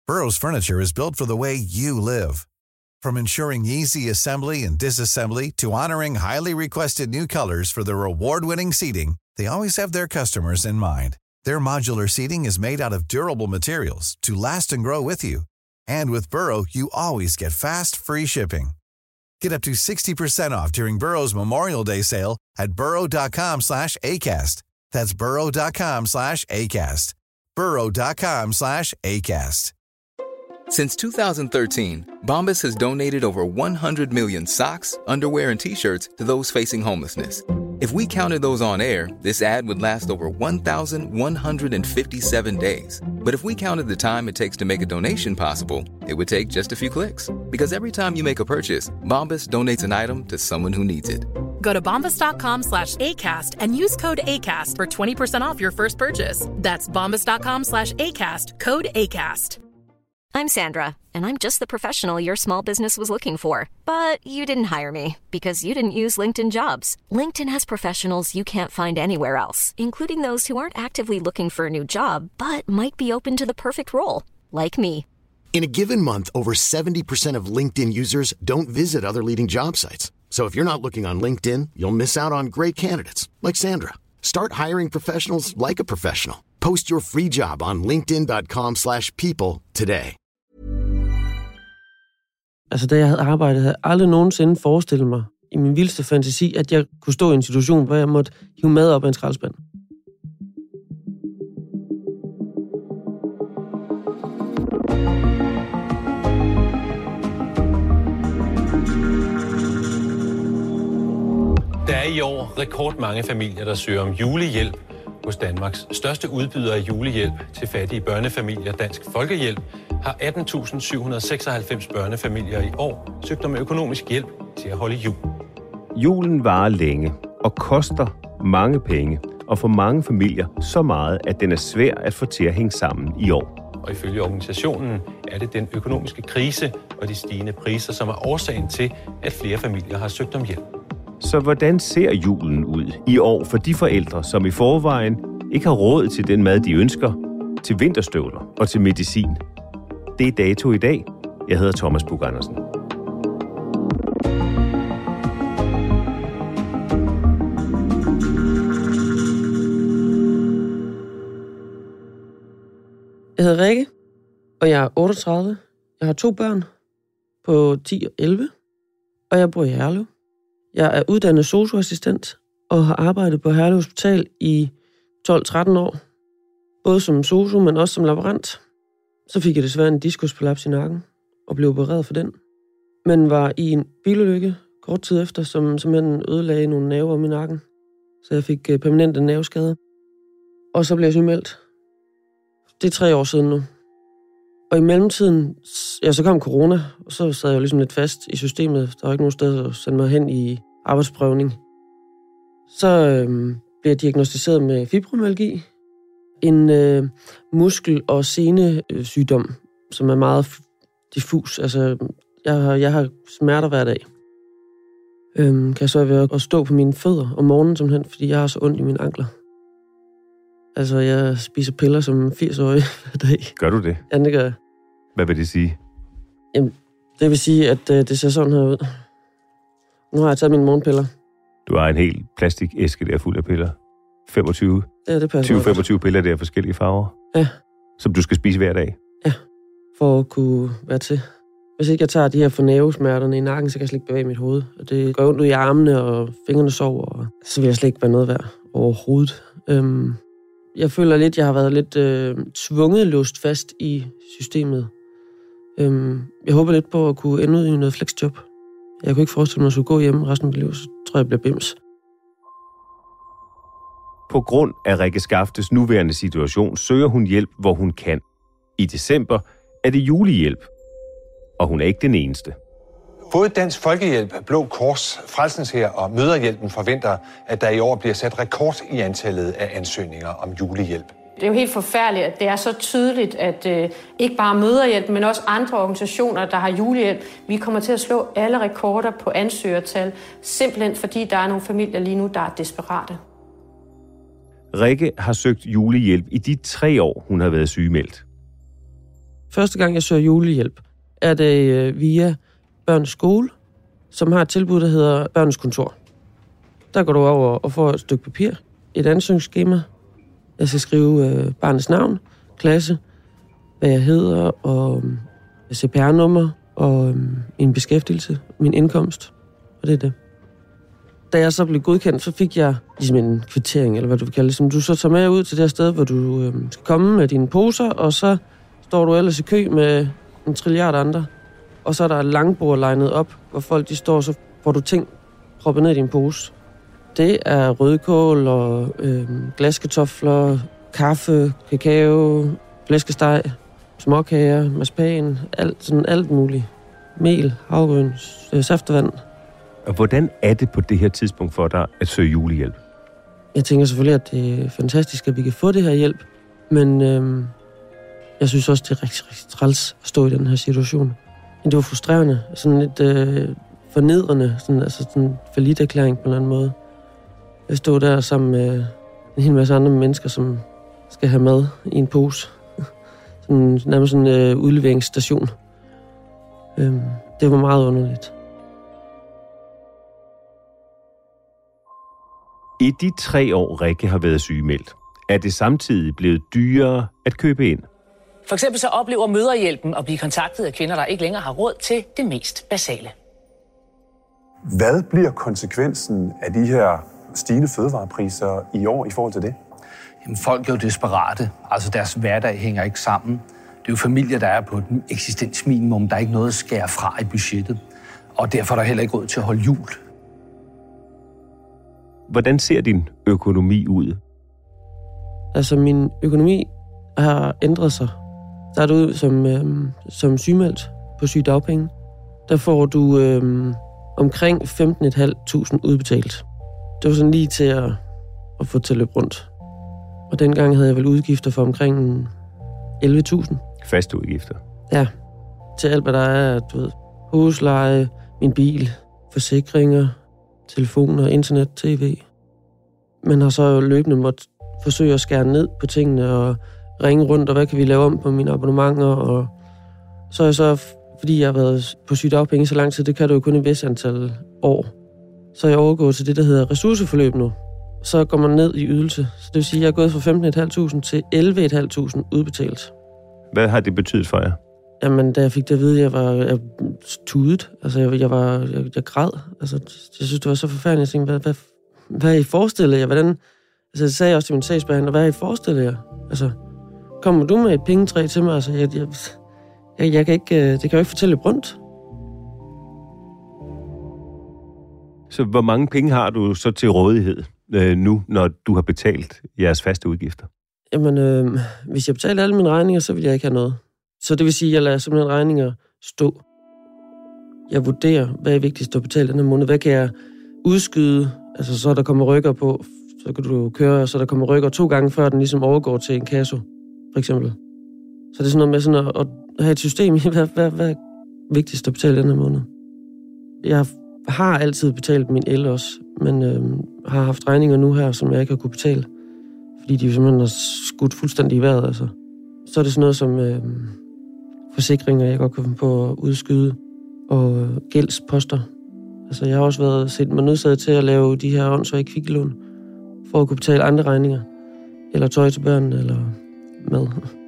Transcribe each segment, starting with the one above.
Burrow's furniture is built for the way you live. From ensuring easy assembly and disassembly to honoring highly requested new colors for their award-winning seating, they always have their customers in mind. Their modular seating is made out of durable materials to last and grow with you. And with Burrow, you always get fast, free shipping. Get up to 60% off during Burrow's Memorial Day sale at burrow.com/ACAST. That's burrow.com/ACAST. burrow.com/ACAST. Since 2013, Bombas has donated over 100 million socks, underwear, and T-shirts to those facing homelessness. If we counted those on air, this ad would last over 1,157 days. But if we counted the time it takes to make a donation possible, it would take just a few clicks. Because every time you make a purchase, Bombas donates an item to someone who needs it. Go to bombas.com/ACAST and use code ACAST for 20% off your first purchase. That's bombas.com/ACAST, code ACAST. I'm Sandra, and I'm just the professional your small business was looking for. But you didn't hire me because you didn't use LinkedIn Jobs. LinkedIn has professionals you can't find anywhere else, including those who aren't actively looking for a new job, but might be open to the perfect role, like me. In a given month, over 70% of LinkedIn users don't visit other leading job sites. So if you're not looking on LinkedIn, you'll miss out on great candidates, like Sandra. Start hiring professionals like a professional. Post your free job on linkedin.com/people today. Altså, da jeg havde arbejdet, havde jeg aldrig nogensinde forestillet mig i min vildeste fantasi, at jeg kunne stå i en situation, hvor jeg måtte hive mad op af en skraldespand. Der er i år rekordmange familier, der søger om julehjælp hos Danmarks største udbyder af julehjælp til fattige børnefamilier, Dansk Folkehjælp, har 18.796 børnefamilier i år søgt om økonomisk hjælp til at holde jul. Julen varer længe og koster mange penge, og for mange familier så meget, at den er svær at få til at hænge sammen i år. Og ifølge organisationen er det den økonomiske krise og de stigende priser, som er årsagen til, at flere familier har søgt om hjælp. Så hvordan ser julen ud i år for de forældre, som i forvejen ikke har råd til den mad, de ønsker, til vinterstøvler og til medicin? Det er dato i dag. Jeg hedder Thomas Buch-Andersen. Jeg hedder Rikke, og jeg er 38. Jeg har 2 børn på 10 og 11, og jeg bor i Herlev. Jeg er uddannet sosu-assistent og har arbejdet på Herlev Hospital i 12-13 år. Både som sosu, men også som laborant. Så fik jeg desværre en diskusprolaps i nakken og blev opereret for den. Men var i en bilulykke kort tid efter, som simpelthen ødelagde nogle nerver om i nakken. Så jeg fik permanente nerveskader. Og så blev jeg sygemeldt. Det er 3 år siden nu. Og i mellemtiden, ja, så kom corona, og så sad jeg ligesom lidt fast i systemet. Der var ikke nogen sted at sende mig hen i arbejdsprøvning. Så blev jeg diagnosticeret med fibromyalgi. En muskel- og senesygdom, som er meget diffus. Altså, jeg har smerter hver dag. Kan jeg så være at stå på mine fødder om morgenen, simpelthen, fordi jeg har så ondt i mine ankler. Altså, jeg spiser piller som 80-årig hver dag. Gør du det? Ja, det gør jeg. Hvad vil det sige? Jamen, det vil sige, at det ser sådan her ud. Nu har jeg taget mine morgenpiller. Du har en hel plastikæske der fuld af piller. 25? Ja, det passer. 20-25 piller der af forskellige farver? Ja. Som du skal spise hver dag? Ja, for at kunne være til. Hvis ikke jeg tager de her fornævesmerterne i nakken, så kan jeg slet ikke bevæge mit hoved. Og det går ondt ud i armene, og fingrene sover, og så vil jeg slet ikke være noget værd overhovedet. Jeg føler lidt, jeg har været lidt tvunget låst fast i systemet. Jeg håber lidt på at kunne ende ud i noget flexjob. Jeg kunne ikke forestille mig, at jeg skulle gå hjem resten af mit liv, så tror jeg, bliver bims. På grund af Rikke Skaftes nuværende situation søger hun hjælp, hvor hun kan. I december er det julehjælp, og hun er ikke den eneste. Både Dansk Folkehjælp, Blå Kors, Frelsens Hær og Mødrehjælpen forventer, at der i år bliver sat rekord i antallet af ansøgninger om julehjælp. Det er jo helt forfærdeligt, at det er så tydeligt, at ikke bare Mødrehjælp, men også andre organisationer, der har julehjælp, vi kommer til at slå alle rekorder på ansøgertal, simpelthen fordi der er nogle familier lige nu, der er desperate. Rikke har søgt julehjælp i de 3 år, hun har været sygemeldt. Første gang, jeg søger julehjælp, er det via Børns Skole, som har et tilbud, der hedder Børns Kontor. Der går du over og får et stykke papir, et ansøgningsskema. Jeg skal skrive barnets navn, klasse, hvad jeg hedder, og CPR-nummer, og min beskæftigelse, min indkomst, og det er det. Da jeg så blev godkendt, så fik jeg ligesom en kvittering, eller hvad du vil kalde det, som du så tager med ud til det her sted, hvor du skal komme med dine poser, og så står du ellers i kø med en trilliard andre, og så er der et langbord legnet op, hvor folk de står, så får du ting proppet ned i din pose. Det er rødkål og glaskartofler, kaffe, kakao, flæskesteg, småkager, marcipan, alt muligt. Mel, havregryn, saftevand. Og hvordan er det på det her tidspunkt for dig at søge julehjælp? Jeg tænker selvfølgelig, at det er fantastisk, at vi kan få det her hjælp, men jeg synes også, det er rigtig, rigtig træls at stå i den her situation. Det var frustrerende, sådan lidt fornedrende, sådan en falliterklæring på en eller anden måde. Jeg stod der sammen med en hel masse andre mennesker, som skal have mad i en pose. Nærmest sådan en udleveringsstation. Det var meget underligt. I de 3 år, Rikke har været sygemeldt, er det samtidig blevet dyrere at købe ind. For eksempel så oplever Mødrehjælpen at blive kontaktet af kvinder, der ikke længere har råd til det mest basale. Hvad bliver konsekvensen af de her stigende fødevarepriser i år i forhold til det? Jamen, folk er jo desperate. Altså, deres hverdag hænger ikke sammen. Det er jo familier, der er på et eksistensminimum. Der er ikke noget at skære fra i budgettet. Og derfor er der heller ikke råd til at holde jul. Hvordan ser din økonomi ud? Altså, min økonomi har ændret sig. Startet ud som sygemeldt på sygedagpenge. Der får du omkring 15.500 udbetalt. Det var sådan lige til at få til at løbe rundt. Og dengang havde jeg vel udgifter for omkring 11.000. Faste udgifter? Ja. Til alt, hvad der er, du ved, husleje, min bil, forsikringer, telefoner, internet, tv. Men har så løbende måtte forsøge at skære ned på tingene og ringe rundt, og hvad kan vi lave om på mine abonnementer. Og så er jeg så, fordi jeg har været på sygedagpenge så lang tid, det kan du jo kun i vis antal år, så er jeg overgået til det, der hedder ressourceforløb nu. Så går man ned i ydelse. Så det vil sige, at jeg er gået fra 15.500 til 11.500 udbetalt. Hvad har det betydet for jer? Jamen, da jeg fik det at vide, jeg tudet. Altså, jeg græd. Altså, jeg synes, det var så forfærdeligt. Jeg tænkte, hvad er I forestillet jer? Hvordan? Altså, det sagde jeg også til min sagsbehandler. Hvad er I forestillet jer? Altså, kommer du med et pengetræ til mig? Altså, jeg kan ikke, det kan jo ikke fortælle rundt. Så hvor mange penge har du så til rådighed nu, når du har betalt jeres faste udgifter? Jamen, hvis jeg betaler alle mine regninger, så vil jeg ikke have noget. Så det vil sige, at jeg lader simpelthen regninger stå. Jeg vurderer, hvad er vigtigst at betale den her måned. Hvad kan jeg udskyde? Altså, så der kommer rykker på, så kan du køre, så der kommer rykker 2 gange, før den ligesom overgår til en kasso, for eksempel. Så det er sådan noget med sådan at have et system i, hvad er vigtigst at betale den her måned. Jeg har altid betalt min el også, men har haft regninger nu her, som jeg ikke har kunne betale, fordi de simpelthen har skudt fuldstændig i vejret, altså. Så er det sådan noget som forsikringer, jeg godt kan finde på at udskyde, og gældsposter. Altså, jeg har også set mig nødsaget til at lave de her åndssvage kviklån, for at kunne betale andre regninger, eller tøj til børn, eller mad.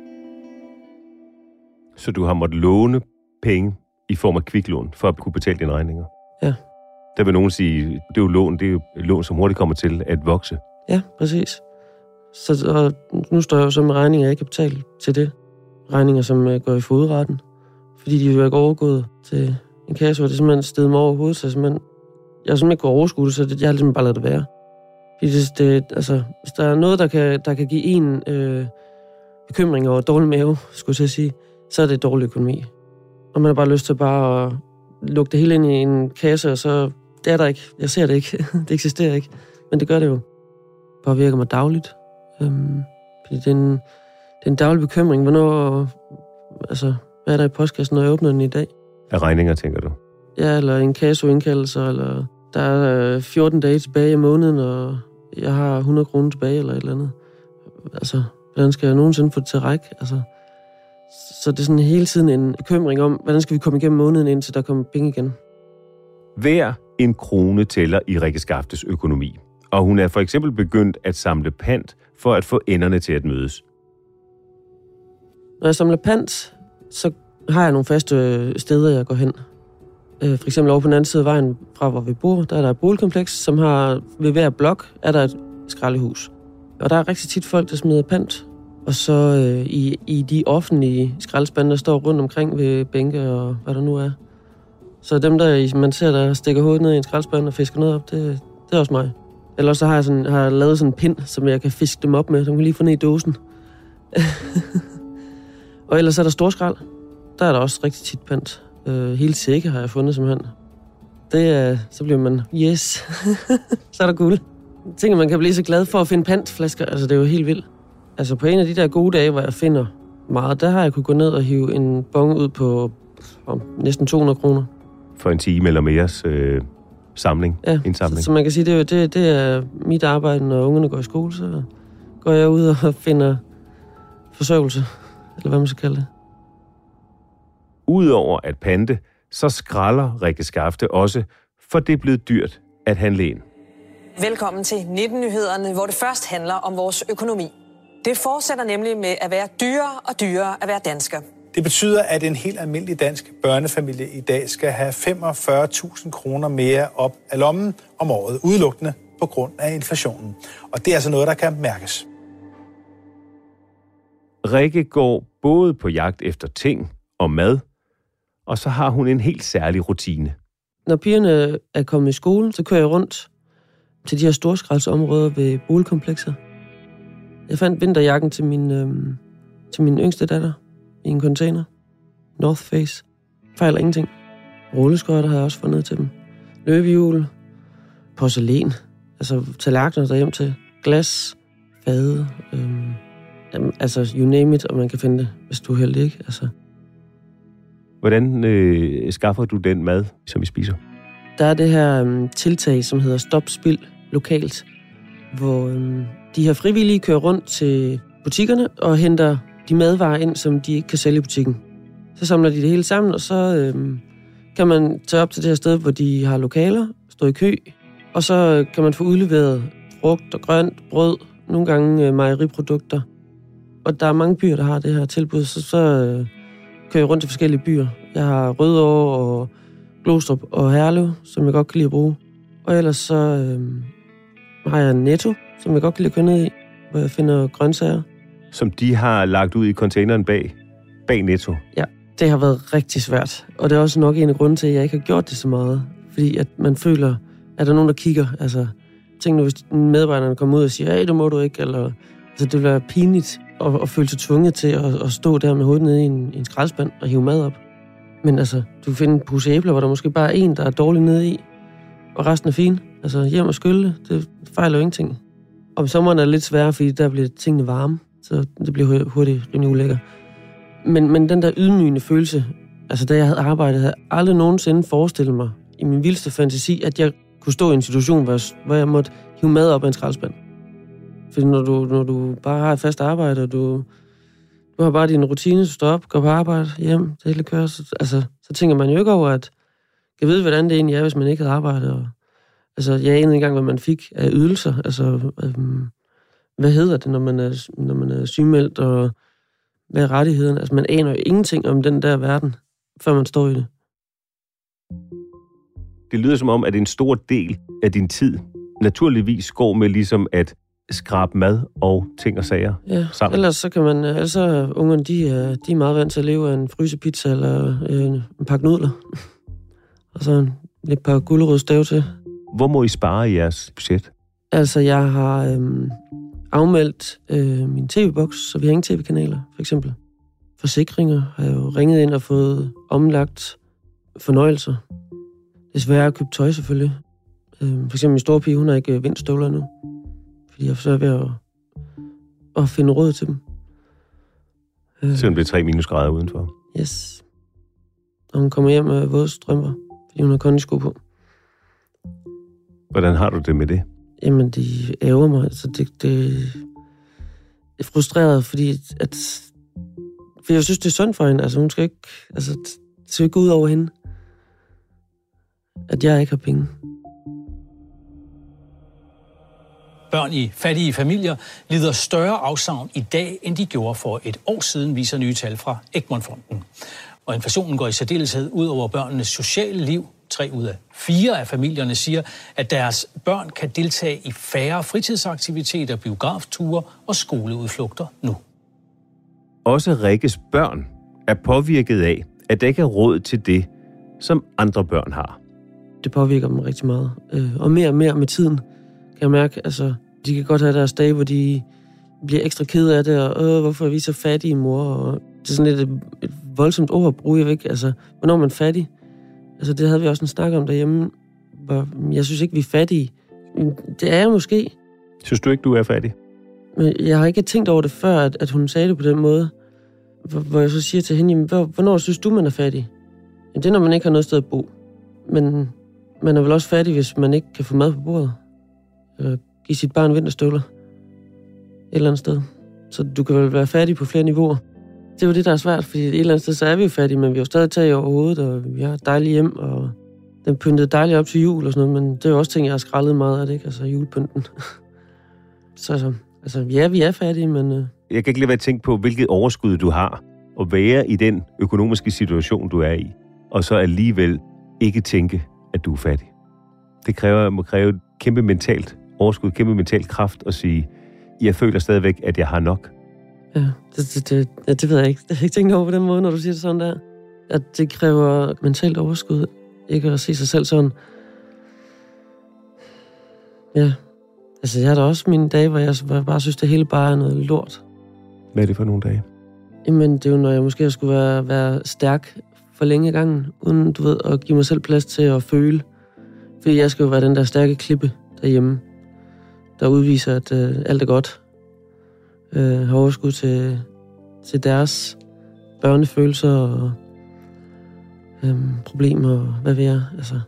Så du har måttet låne penge i form af kviklån, for at kunne betale dine regninger? Ja. Der vil nogen sige, det er jo lån, som hurtigt kommer til at vokse. Ja, præcis. Så nu står jeg jo så med regninger, jeg ikke kan betale til det. Regninger, som går i fodretten. Fordi de jo ikke overgået til en kasse, hvor det simpelthen stedet mig over hovedet. Så jeg har simpelthen ikke kunnet overskue det, så jeg har ligesom bare ladet det være. Fordi altså, hvis der er noget, der kan give en bekymring over dårlig mave, skulle jeg sige, så er det dårlig økonomi. Og man har bare lyst til bare at lukke det hele ind i en kasse, og så det er der ikke. Jeg ser det ikke. Det eksisterer ikke. Men det gør det jo. Det påvirker mig dagligt. Fordi det er en daglig bekymring. Hvornår, altså, hvad er der i postkassen, når jeg åbner den i dag? Af regninger, tænker du? Ja, eller en kasseindkaldelser, eller der er 14 dage tilbage i måneden, og jeg har 100 kroner tilbage, eller et eller andet. Altså, hvordan skal jeg nogensinde få det til at række? Altså, Så det er sådan hele tiden en bekymring om, hvordan skal vi komme igennem måneden, indtil der kommer penge igen. Hver en krone tæller i Rikke Skaftes økonomi, og hun er for eksempel begyndt at samle pant for at få enderne til at mødes. Når jeg samler pant, så har jeg nogle faste steder, jeg går hen. For eksempel over på den anden side af vejen fra, hvor vi bor, der er der et boligkompleks, som har ved hver blok, er der et skraldehus. Og der er rigtig tit folk, der smider pant. Og så i de offentlige skraldespande, der står rundt omkring ved bænke og hvad der nu er. Så dem, man ser, der stikker hovedet ned i en skraldespand og fisker noget op, det er også mig. Ellers så har jeg lavet sådan en pind, som jeg kan fiske dem op med, så man kan lige få ned i dåsen. Og ellers er der storskrald. Der er der også rigtig tit pant. Hele sække har jeg fundet simpelthen. Så bliver man, yes, så er der guld. Jeg tænker, man kan blive så glad for at finde pantflasker. Altså, det er jo helt vildt. Altså, på en af de der gode dage, hvor jeg finder meget, der har jeg kunne gå ned og hive en bonge ud på næsten 200 kroner. For en time eller meres indsamling. Så man kan sige, det er mit arbejde, når ungerne går i skole, så går jeg ud og finder forsørgelse, eller hvad man skal kalde det. Udover at pante, så skralder Rikke Skafte også, for det er blevet dyrt at handle ind. Velkommen til 19-nyhederne, hvor det først handler om vores økonomi. Det fortsætter nemlig med at være dyrere og dyrere at være dansker. Det betyder, at en helt almindelig dansk børnefamilie i dag skal have 45.000 kroner mere op af lommen om året, udelukkende på grund af inflationen. Og det er altså noget, der kan mærkes. Rikke går både på jagt efter ting og mad, og så har hun en helt særlig rutine. Når pigerne er kommet i skole, så kører jeg rundt til de her storskraldsområder ved boligkomplekser. Jeg fandt vinterjakken til min yngste datter i en container. North Face. Fejler ingenting. Rulleskøjter har jeg også fundet til dem. Løbehjul. Porcelæn. Altså tallerkener derhjem til. Glas. Fade. Altså you name it, og man kan finde det, hvis du er heldig, ikke? Altså. Hvordan skaffer du den mad, som I spiser? Der er det her tiltag, som hedder Stop Spild lokalt, hvor de her frivillige kører rundt til butikkerne og henter de madvarer ind, som de ikke kan sælge i butikken. Så samler de det hele sammen, og så kan man tage op til det her sted, hvor de har lokaler, stå i kø, og så kan man få udleveret frugt og grønt, brød, nogle gange mejeriprodukter. Og der er mange byer, der har det her tilbud, så kører jeg rundt til forskellige byer. Jeg har Rødovre og Glostrup og Herlev, som jeg godt kan lide at bruge. Og ellers så har jeg Netto, som jeg godt kan lide at køre ned i, hvor jeg finder grøntsager. Som de har lagt ud i containeren bag Netto? Ja, det har været rigtig svært. Og det er også nok en af grunden til, at jeg ikke har gjort det så meget. Fordi at man føler, at der er nogen, der kigger. Altså, tænk nu, hvis medarbejderne kommer ud og siger, hey, det må du ikke. Eller, altså, det vil være pinligt at føle sig tvunget til at stå der med hovedet nede i en skraldespand og hive mad op. Men altså, du finder en pose æbler, hvor der måske bare er en, der er dårlig nede i, og resten er fine. Altså, hjem og skylle, det fejler jo ingenting. Om sommeren er det lidt sværere, fordi der bliver tingene varme, så det bliver hurtigt rimelig ulækker. Men den der ydmygende følelse, altså da jeg havde arbejdet, havde jeg aldrig nogensinde forestillet mig i min vildeste fantasi, at jeg kunne stå i en situation, hvor jeg måtte hive mad op af en skraldespand. Fordi når du bare har et fast arbejde, og du har bare din rutine, du står op, går på arbejde, hjem, det hele kører, så tænker man jo ikke over, at jeg ved, hvordan det egentlig er, hvis man ikke havde arbejdet. Og, altså, jeg anede ikke engang, hvad man fik af ydelser. Altså, hvad hedder det, når man er sygemeldt, og hvad er rettigheden? Altså, man aner jo ingenting om den der verden, før man står i det. Det lyder som om, at en stor del af din tid naturligvis går med ligesom at skrabe mad og ting og sager sammen. Ellers så kan man, ungerne, de er meget vant til at leve af en frysepizza eller en pakke nudler. Og så et par gulerødsstave til. Hvor må I spare i jeres budget? Altså, jeg har afmeldt min tv-boks, så vi har ingen tv-kanaler, for eksempel. Forsikringer har jeg jo ringet ind og fået omlagt fornøjelser. Desværre har jeg købt tøj, selvfølgelig. For eksempel min store pige, hun har ikke vindstøvler nu. Fordi jeg forsøger ved at finde råd til dem. Selvom det er 3 minusgrader udenfor. Yes. Og hun kommer hjem med våde strømper, fordi hun har kondisko på. Hvordan har du det med det? Jamen, de ærger mig. Altså, det er frustreret, fordi For jeg synes, det er synd for hende. Altså, hun skal ikke... Altså, det skal ikke gå ud over hende. At jeg ikke har penge. Børn i fattige familier lider større afsavn i dag, end de gjorde for et år siden, viser nye tal fra Egmont-fonden. Og inflationen går i særdeleshed ud over børnenes sociale liv. 3 ud af 4 af familierne siger, at deres børn kan deltage i færre fritidsaktiviteter, biografture og skoleudflugter nu. Også Rikkes børn er påvirket af, at der ikke er råd til det, som andre børn har. Det påvirker dem rigtig meget. Og mere med tiden, kan jeg mærke. Altså, de kan godt have deres dage, hvor de bliver ekstra kede af det, og hvorfor er vi så fattige, mor? Og det er sådan lidt et voldsomt ord at bruge, jeg ved ikke. Altså, hvornår er man fattig? Altså, det havde vi også en snak om derhjemme. Hvor jeg synes ikke, vi er fattige. Det er jeg måske. Synes du ikke, du er fattig? Men jeg har ikke tænkt over det før, at hun sagde det på den måde. Hvor jeg så siger til hende, hvornår synes du, man er fattig? Det er, når man ikke har noget sted at bo. Men man er vel også fattig, hvis man ikke kan få mad på bordet. Eller give sit barn vinterstøvler. Et eller andet sted. Så du kan vel være fattig på flere niveauer. Det er jo det, der er svært, fordi et eller andet sted, så er vi jo fattige, men vi har jo stadig tag over hovedet, og vi har dejlige hjem, og den pyntede dejligt op til jul og sådan noget, men det er jo også ting, jeg har skrællet meget af det, ikke? Altså julepynten. så altså, ja, vi er fattige, men... Jeg kan ikke lade være at tænke på, hvilket overskud du har at være i den økonomiske situation, du er i, og så alligevel ikke tænke, at du er fattig. Det må kræve et kæmpe mentalt overskud, kæmpe mentalt kraft at sige, jeg føler stadigvæk, at jeg har nok. Ja, det ved jeg ikke. Det har jeg ikke tænkt over på den måde, når du siger det sådan der. At det kræver mentalt overskud, ikke at se sig selv sådan. Ja, altså jeg har da også mine dage, hvor jeg bare synes, det hele bare er noget lort. Hvad er det for nogle dage? Jamen, det er jo, når jeg måske skulle være stærk for længe i gangen, uden, du ved, at give mig selv plads til at føle. Fordi jeg skal jo være den der stærke klippe derhjemme, der udviser, at alt er godt. Har overskud til deres børnefølelser og problemer og hvad ved jeg. Altså.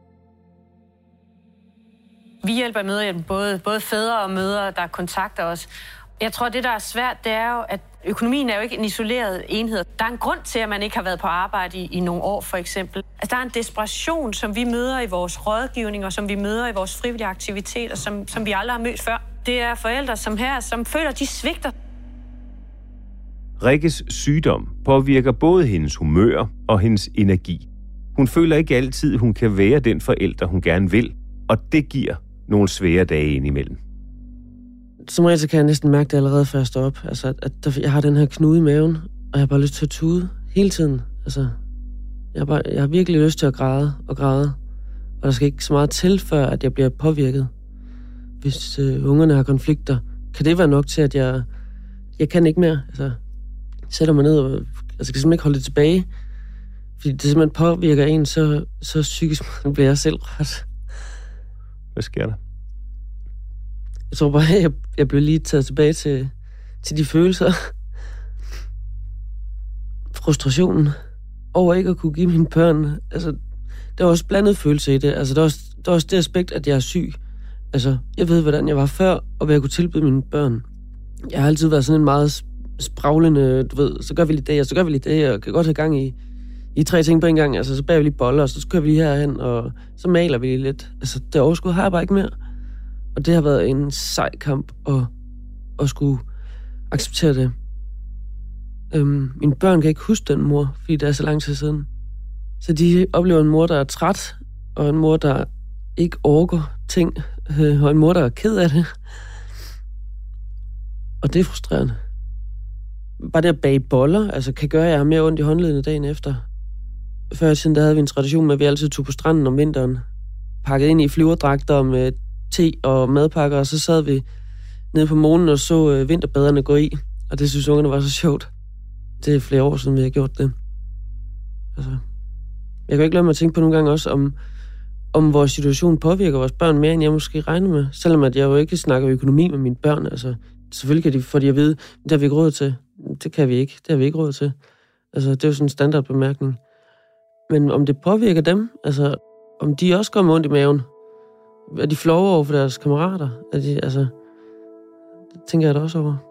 Vi hjælper i mødrehjælpen både fædre og mødre, der kontakter os. Jeg tror, det der er svært, det er jo, at økonomien er jo ikke en isoleret enhed. Der er en grund til, at man ikke har været på arbejde i nogle år, for eksempel. Altså, der er en desperation, som vi møder i vores rådgivning, og som vi møder i vores frivillige aktiviteter, som vi aldrig har mødt før. Det er forældre som føler, de svigter. Rikkes sygdom påvirker både hendes humør og hendes energi. Hun føler ikke altid, hun kan være den forælder, hun gerne vil, og det giver nogle svære dage indimellem. Som regel så kan jeg næsten mærke det allerede før jeg står op. Altså, at jeg har den her knude i maven, og jeg har bare lyst til at tude hele tiden. Altså, jeg har virkelig lyst til at græde. Og der skal ikke så meget til, før at jeg bliver påvirket. Hvis ungerne har konflikter, kan det være nok til, at jeg kan ikke mere. Altså, jeg sætter mig ned og kan simpelthen ikke holde det tilbage. Fordi det simpelthen påvirker en, så psykisk bliver jeg selv ret. Hvad sker der? Jeg tror bare, at jeg blev lige taget tilbage til de følelser. Frustrationen over ikke at kunne give mine børn. Altså, der var også blandet følelse i det. Altså, der var også det aspekt, at jeg er syg. Altså, jeg ved, hvordan jeg var før, og hvad jeg kunne tilbyde mine børn. Jeg har altid været sådan en meget spraglende, du ved, så gør vi lige det, og så gør vi lige det, og kan godt have gang i 3 ting på en gang. Altså, så bager vi lige boller, og så kører vi lige herhen, og så maler vi lige lidt. Altså, det overskud har jeg bare ikke mere. Og det har været en sej kamp at skulle acceptere det. Mine børn kan ikke huske den mor, fordi det er så lang tid siden. Så de oplever en mor, der er træt, og en mor, der ikke orker ting, og en mor, der er ked af det. Og det er frustrerende. Bare det at bage boller, altså kan gøre, at jeg har mere ondt i håndledene dagen efter. Før i tiden, der havde vi en tradition med, at vi altid tog på stranden om vinteren. Pakket ind i flyverdragter med te og madpakker, og så sad vi nede på månen og så vinterbaderne gå i. Og det synes ungerne var så sjovt. Det er flere år siden, vi har gjort det. Altså, jeg kan ikke lade mig at tænke på nogle gange også, om vores situation påvirker vores børn mere, end jeg måske regner med. Selvom at jeg jo ikke snakker økonomi med mine børn. Altså, selvfølgelig kan de få det at vide, det har vi ikke råd til. Det kan vi ikke. Det har vi ikke råd til. Altså, det er jo sådan en standardbemærkning. Men om det påvirker dem, altså, om de også går med ondt i maven, er de flove over for deres kammerater? Det tænker jeg da også over.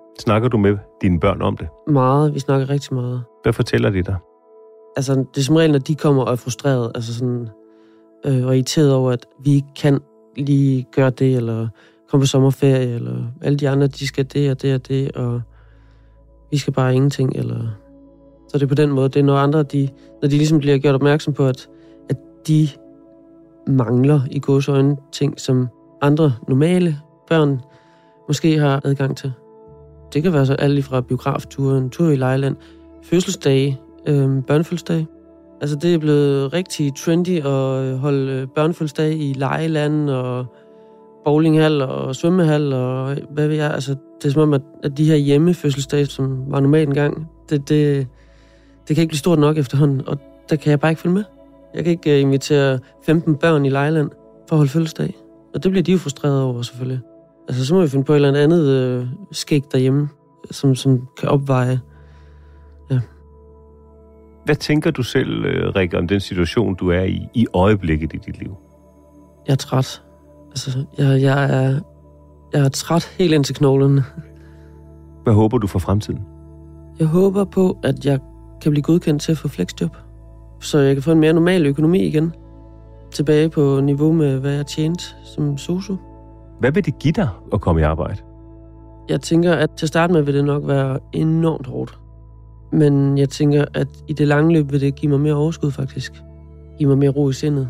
Snakker du med dine børn om det? Meget. Vi snakker rigtig meget. Hvad fortæller de dig? Altså, det er som regel, når de kommer og er frustreret, altså sådan, og irriteret over, at vi ikke kan lige gøre det, eller komme på sommerferie, eller alle de andre, de skal det og det og det, og vi skal bare ingenting, eller... Så det er på den måde, det er når andre, når de ligesom bliver gjort opmærksom på, at de mangler i gåseøjne ting, som andre normale børn måske har adgang til. Det kan være så alt fra biografture, en tur i Lejland, fødselsdage, børnefødselsdage. Altså det er blevet rigtig trendy at holde børnefødselsdage i Lejland og bowlinghal og svømmehal og hvad ved jeg. Altså det er som om, at de her hjemmefødselsdage, som var normalt engang, det kan ikke blive stort nok efterhånden, og der kan jeg bare ikke følge med. Jeg kan ikke invitere 15 børn i Lejland for at holde fødselsdag. Og det bliver de jo frustreret over, selvfølgelig. Altså, så må vi finde på et eller andet skæg derhjemme, som kan opveje. Ja. Hvad tænker du selv, Rikke, om den situation, du er i øjeblikket i dit liv? Jeg er træt. Altså, jeg er træt helt ind til knoglerne. Hvad håber du for fremtiden? Jeg håber på, at jeg kan blive godkendt til at få flexjob, så jeg kan få en mere normal økonomi igen. Tilbage på niveau med, hvad jeg tjente som sosu. Hvad vil det give dig at komme i arbejde? Jeg tænker, at til at starte med vil det nok være enormt hårdt. Men jeg tænker, at i det lange løb vil det give mig mere overskud faktisk. Give mig mere ro i sindet.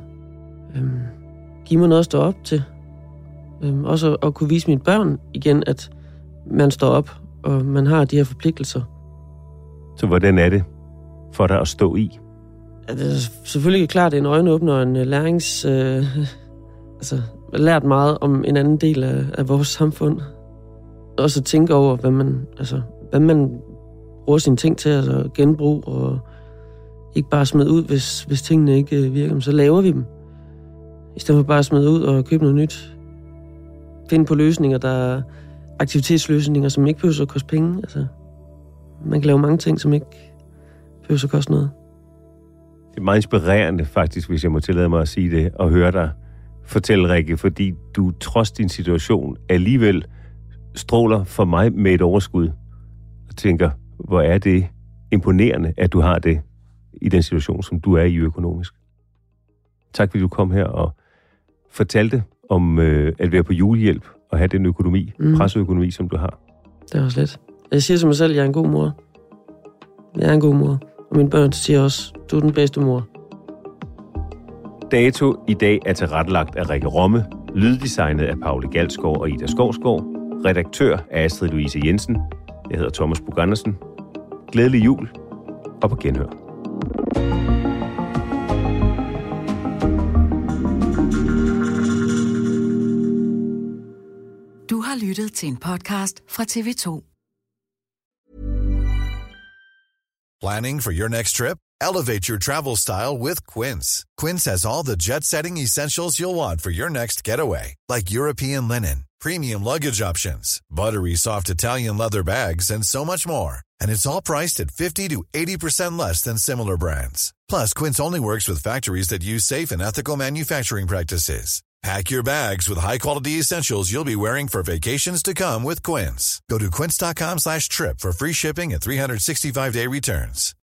Give mig noget at stå op til. Også at kunne vise mine børn igen, at man står op, og man har de her forpligtelser. Så hvordan er det for dig at stå i? Ja, det er selvfølgelig klart, det er en øjenåbner og en lærings... jeg har lært meget om en anden del af vores samfund. Også at tænke over, hvad man bruger sine ting til, altså genbrug, og ikke bare smide ud, hvis tingene ikke virker. Så laver vi dem. I stedet for bare at smide ud og købe noget nyt. Finde på løsninger, der er aktivitetsløsninger, som ikke behøver at koste penge. Altså, man kan lave mange ting, som ikke behøver at koste noget. Det er meget inspirerende faktisk, hvis jeg må tillade mig at sige det, og høre dig fortælle, Rikke, fordi du trods din situation alligevel stråler for mig med et overskud og tænker, hvor er det imponerende, at du har det i den situation, som du er i økonomisk. Tak fordi du kom her og fortalte om at være på julehjælp og have den økonomi, presseøkonomi, som du har. Det er også lidt. Jeg siger til mig selv, at jeg er en god mor. Jeg er en god mor. Og mine børn siger også, du er den bedste mor. Dato i dag er tilrettelagt af Rikke Romme, lyddesignet af Paule Galsgaard og Ida Skovsgaard, redaktør af Astrid Louise Jensen. Jeg hedder Thomas Bug Andersen. Glædelig jul og på genhør. Du har lyttet til en podcast fra TV2. Planning for your next trip? Elevate your travel style with Quince. Quince has all the jet-setting essentials you'll want for your next getaway, like European linen, premium luggage options, buttery soft Italian leather bags, and so much more. And it's all priced at 50 to 80% less than similar brands. Plus, Quince only works with factories that use safe and ethical manufacturing practices. Pack your bags with high-quality essentials you'll be wearing for vacations to come with Quince. Go to quince.com/trip for free shipping and 365-day returns.